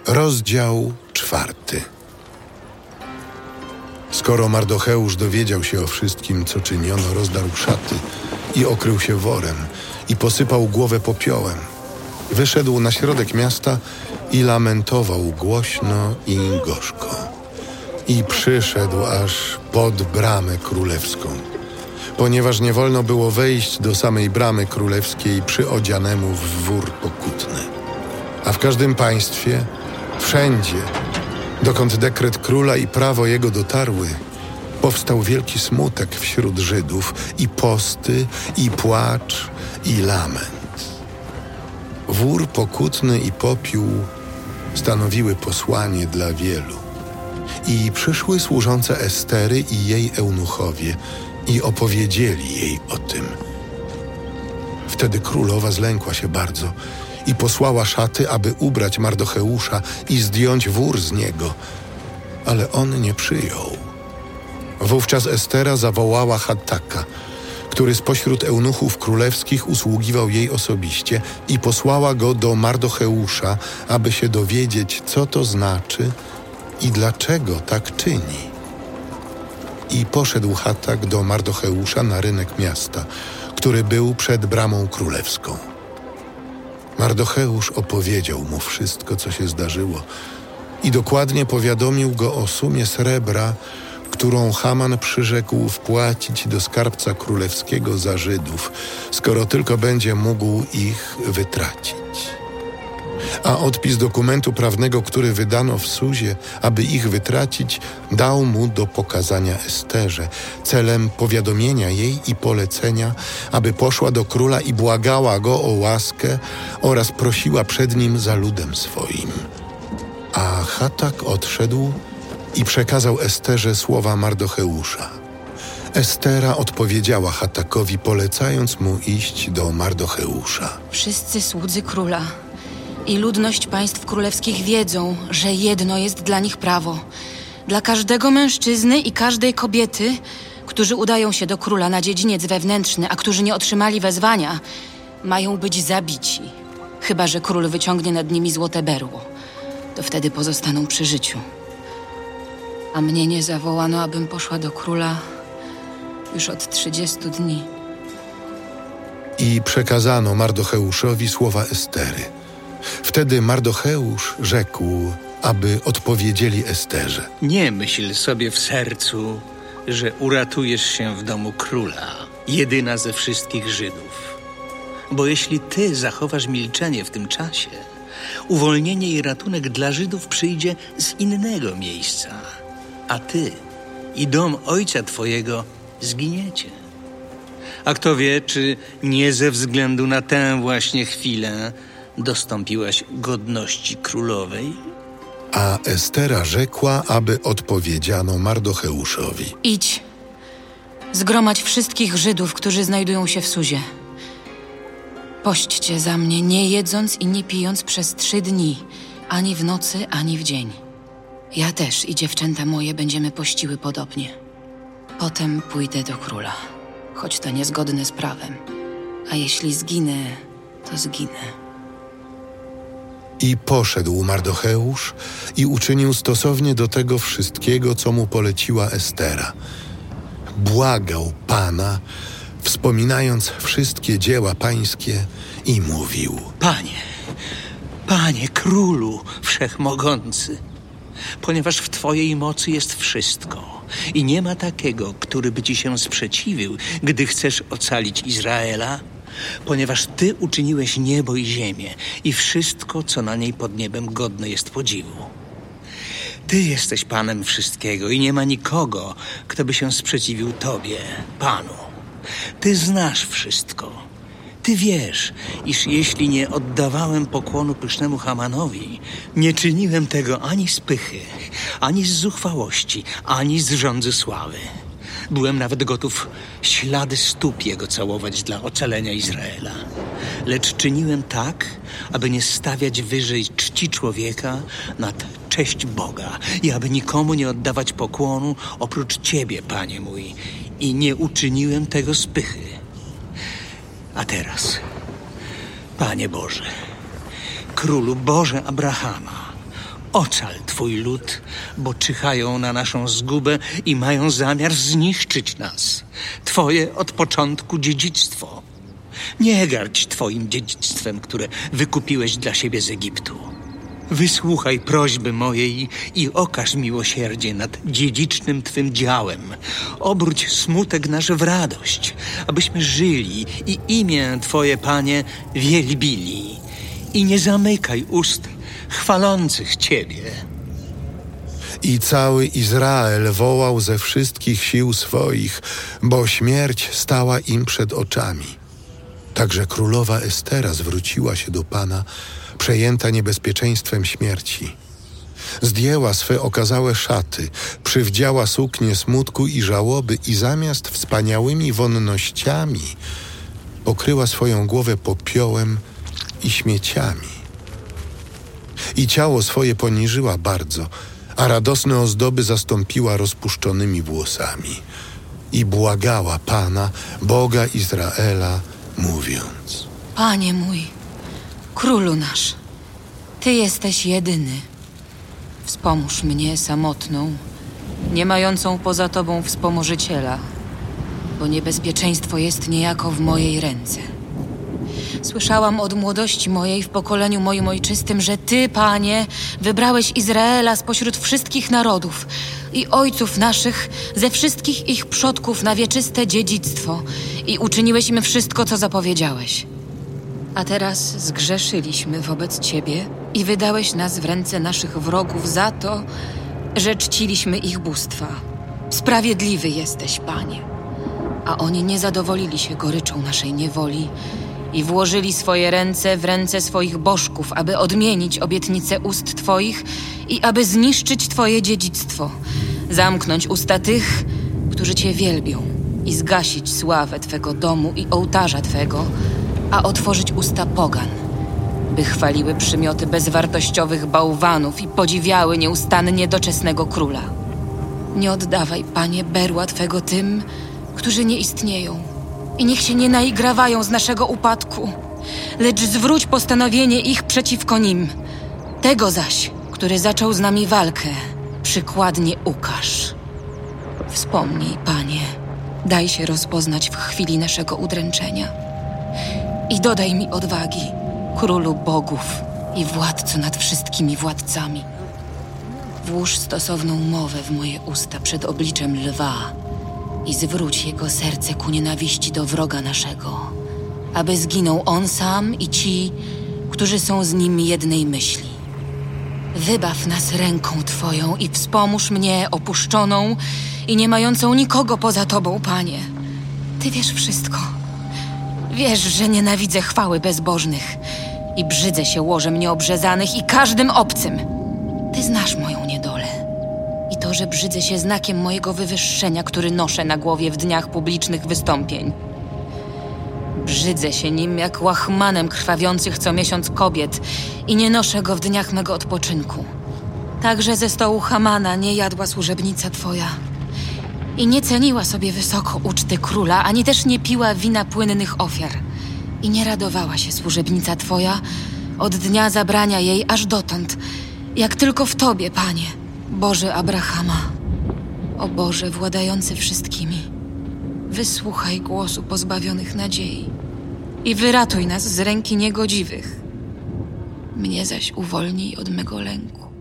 Rozdział 4. Skoro Mardocheusz dowiedział się o wszystkim, co czyniono, rozdarł szaty i okrył się worem i posypał głowę popiołem. Wyszedł na środek miasta i lamentował głośno i gorzko. I przyszedł aż pod bramę królewską, ponieważ nie wolno było wejść do samej bramy królewskiej przyodzianemu w wór pokutny. A w każdym państwie, wszędzie, dokąd dekret króla i prawo jego dotarły, powstał wielki smutek wśród Żydów i posty, i płacz, i lament. Wór pokutny i popiół stanowiły posłanie dla wielu. I przyszły służące Estery i jej eunuchowie i opowiedzieli jej o tym. Wtedy królowa zlękła się bardzo i posłała szaty, aby ubrać Mardocheusza i zdjąć wór z niego, ale on nie przyjął. Wówczas Estera zawołała Hattaka, który spośród eunuchów królewskich usługiwał jej osobiście, i posłała go do Mardocheusza, aby się dowiedzieć, co to znaczy i dlaczego tak czyni. I poszedł Hattak do Mardocheusza na rynek miasta, który był przed bramą królewską. Mardocheusz opowiedział mu wszystko, co się zdarzyło, i dokładnie powiadomił go o sumie srebra, którą Haman przyrzekł wpłacić do skarbca królewskiego za Żydów, skoro tylko będzie mógł ich wytracić. A odpis dokumentu prawnego, który wydano w Suzie, aby ich wytracić, dał mu do pokazania Esterze, celem powiadomienia jej i polecenia, aby poszła do króla i błagała go o łaskę oraz prosiła przed nim za ludem swoim. A Hattak odszedł i przekazał Esterze słowa Mardocheusza. Estera odpowiedziała Hattakowi, polecając mu iść do Mardocheusza. Wszyscy słudzy króla i ludność państw królewskich wiedzą, że jedno jest dla nich prawo. Dla każdego mężczyzny i każdej kobiety, którzy udają się do króla na dziedziniec wewnętrzny, a którzy nie otrzymali wezwania, mają być zabici. Chyba że król wyciągnie nad nimi złote berło. To wtedy pozostaną przy życiu. A mnie nie zawołano, abym poszła do króla już od 30 dni. I przekazano Mardocheuszowi słowa Estery. Wtedy Mardocheusz rzekł, aby odpowiedzieli Esterze. Nie myśl sobie w sercu, że uratujesz się w domu króla, jedyna ze wszystkich Żydów. Bo jeśli ty zachowasz milczenie w tym czasie, uwolnienie i ratunek dla Żydów przyjdzie z innego miejsca, a ty i dom ojca twojego zginiecie. A kto wie, czy nie ze względu na tę właśnie chwilę dostąpiłaś godności królowej? A Estera rzekła, aby odpowiedziano Mardocheuszowi. Idź, zgromadź wszystkich Żydów, którzy znajdują się w Suzie. Pośćcie za mnie, nie jedząc i nie pijąc przez 3 dni, ani w nocy, ani w dzień. Ja też i dziewczęta moje będziemy pościły podobnie. Potem pójdę do króla, choć to niezgodne z prawem. A jeśli zginę, to zginę. I poszedł Mardocheusz i uczynił stosownie do tego wszystkiego, co mu poleciła Estera. Błagał Pana, wspominając wszystkie dzieła pańskie, i mówił: Panie królu wszechmogący, ponieważ w twojej mocy jest wszystko i nie ma takiego, który by ci się sprzeciwił, gdy chcesz ocalić Izraela, ponieważ ty uczyniłeś niebo i ziemię i wszystko, co na niej pod niebem godne jest podziwu. Ty jesteś Panem wszystkiego i nie ma nikogo, kto by się sprzeciwił Tobie, Panu. Ty znasz wszystko. Ty wiesz, iż jeśli nie oddawałem pokłonu pysznemu Hamanowi, nie czyniłem tego ani z pychy, ani z zuchwałości, ani z żądzy sławy. Byłem nawet gotów ślady stóp jego całować dla ocalenia Izraela. Lecz czyniłem tak, aby nie stawiać wyżej czci człowieka nad cześć Boga i aby nikomu nie oddawać pokłonu oprócz Ciebie, Panie mój. I nie uczyniłem tego z pychy. A teraz, Panie Boże, Królu Boże Abrahama, Ocal twój lud, bo czyhają na naszą zgubę i mają zamiar zniszczyć nas. Twoje od początku dziedzictwo. Nie gardź twoim dziedzictwem, które wykupiłeś dla siebie z Egiptu. Wysłuchaj prośby mojej i okaż miłosierdzie nad dziedzicznym twym działem. Obróć smutek nasz w radość, abyśmy żyli i imię Twoje, Panie, wielbili. I nie zamykaj ust chwalących Ciebie. I cały Izrael wołał ze wszystkich sił swoich, bo śmierć stała im przed oczami. Także królowa Estera zwróciła się do Pana, przejęta niebezpieczeństwem śmierci. Zdjęła swe okazałe szaty, przywdziała suknię smutku i żałoby i zamiast wspaniałymi wonnościami pokryła swoją głowę popiołem i śmieciami. I ciało swoje poniżyła bardzo, a radosne ozdoby zastąpiła rozpuszczonymi włosami. I błagała Pana, Boga Izraela, mówiąc: Panie mój, królu nasz, Ty jesteś jedyny. Wspomóż mnie samotną, nie mającą poza Tobą wspomożyciela, bo niebezpieczeństwo jest niejako w mojej ręce. Słyszałam od młodości mojej w pokoleniu moim ojczystym, że Ty, Panie, wybrałeś Izraela spośród wszystkich narodów i ojców naszych ze wszystkich ich przodków na wieczyste dziedzictwo i uczyniłeś im wszystko, co zapowiedziałeś. A teraz zgrzeszyliśmy wobec Ciebie i wydałeś nas w ręce naszych wrogów za to, że czciliśmy ich bóstwa. Sprawiedliwy jesteś, Panie. A oni nie zadowolili się goryczą naszej niewoli i włożyli swoje ręce w ręce swoich bożków, aby odmienić obietnice ust Twoich i aby zniszczyć Twoje dziedzictwo, zamknąć usta tych, którzy Cię wielbią i zgasić sławę Twego domu i ołtarza Twego, a otworzyć usta pogan, by chwaliły przymioty bezwartościowych bałwanów i podziwiały nieustannie doczesnego króla. Nie oddawaj, Panie, berła Twego tym, którzy nie istnieją i niech się nie naigrawają z naszego upadku, lecz zwróć postanowienie ich przeciwko nim. Tego zaś, który zaczął z nami walkę, przykładnie ukaż. Wspomnij, Panie, daj się rozpoznać w chwili naszego udręczenia i dodaj mi odwagi, królu bogów i władco nad wszystkimi władcami. Włóż stosowną mowę w moje usta przed obliczem lwa i zwróć jego serce ku nienawiści do wroga naszego, aby zginął on sam i ci, którzy są z nim jednej myśli. Wybaw nas ręką Twoją i wspomóż mnie opuszczoną i nie mającą nikogo poza Tobą, Panie. Ty wiesz wszystko. Wiesz, że nienawidzę chwały bezbożnych i brzydzę się łożem nieobrzezanych i każdym obcym. Ty znasz moją niedolę i to, że brzydzę się znakiem mojego wywyższenia, który noszę na głowie w dniach publicznych wystąpień. Brzydzę się nim jak łachmanem krwawiących co miesiąc kobiet i nie noszę go w dniach mego odpoczynku. Także ze stołu Hamana nie jadła służebnica Twoja i nie ceniła sobie wysoko uczty króla, ani też nie piła wina płynnych ofiar. I nie radowała się służebnica Twoja od dnia zabrania jej aż dotąd, jak tylko w Tobie, Panie, Boże Abrahama. O Boże, władający wszystkimi, wysłuchaj głosu pozbawionych nadziei i wyratuj nas z ręki niegodziwych. Mnie zaś uwolnij od mego lęku.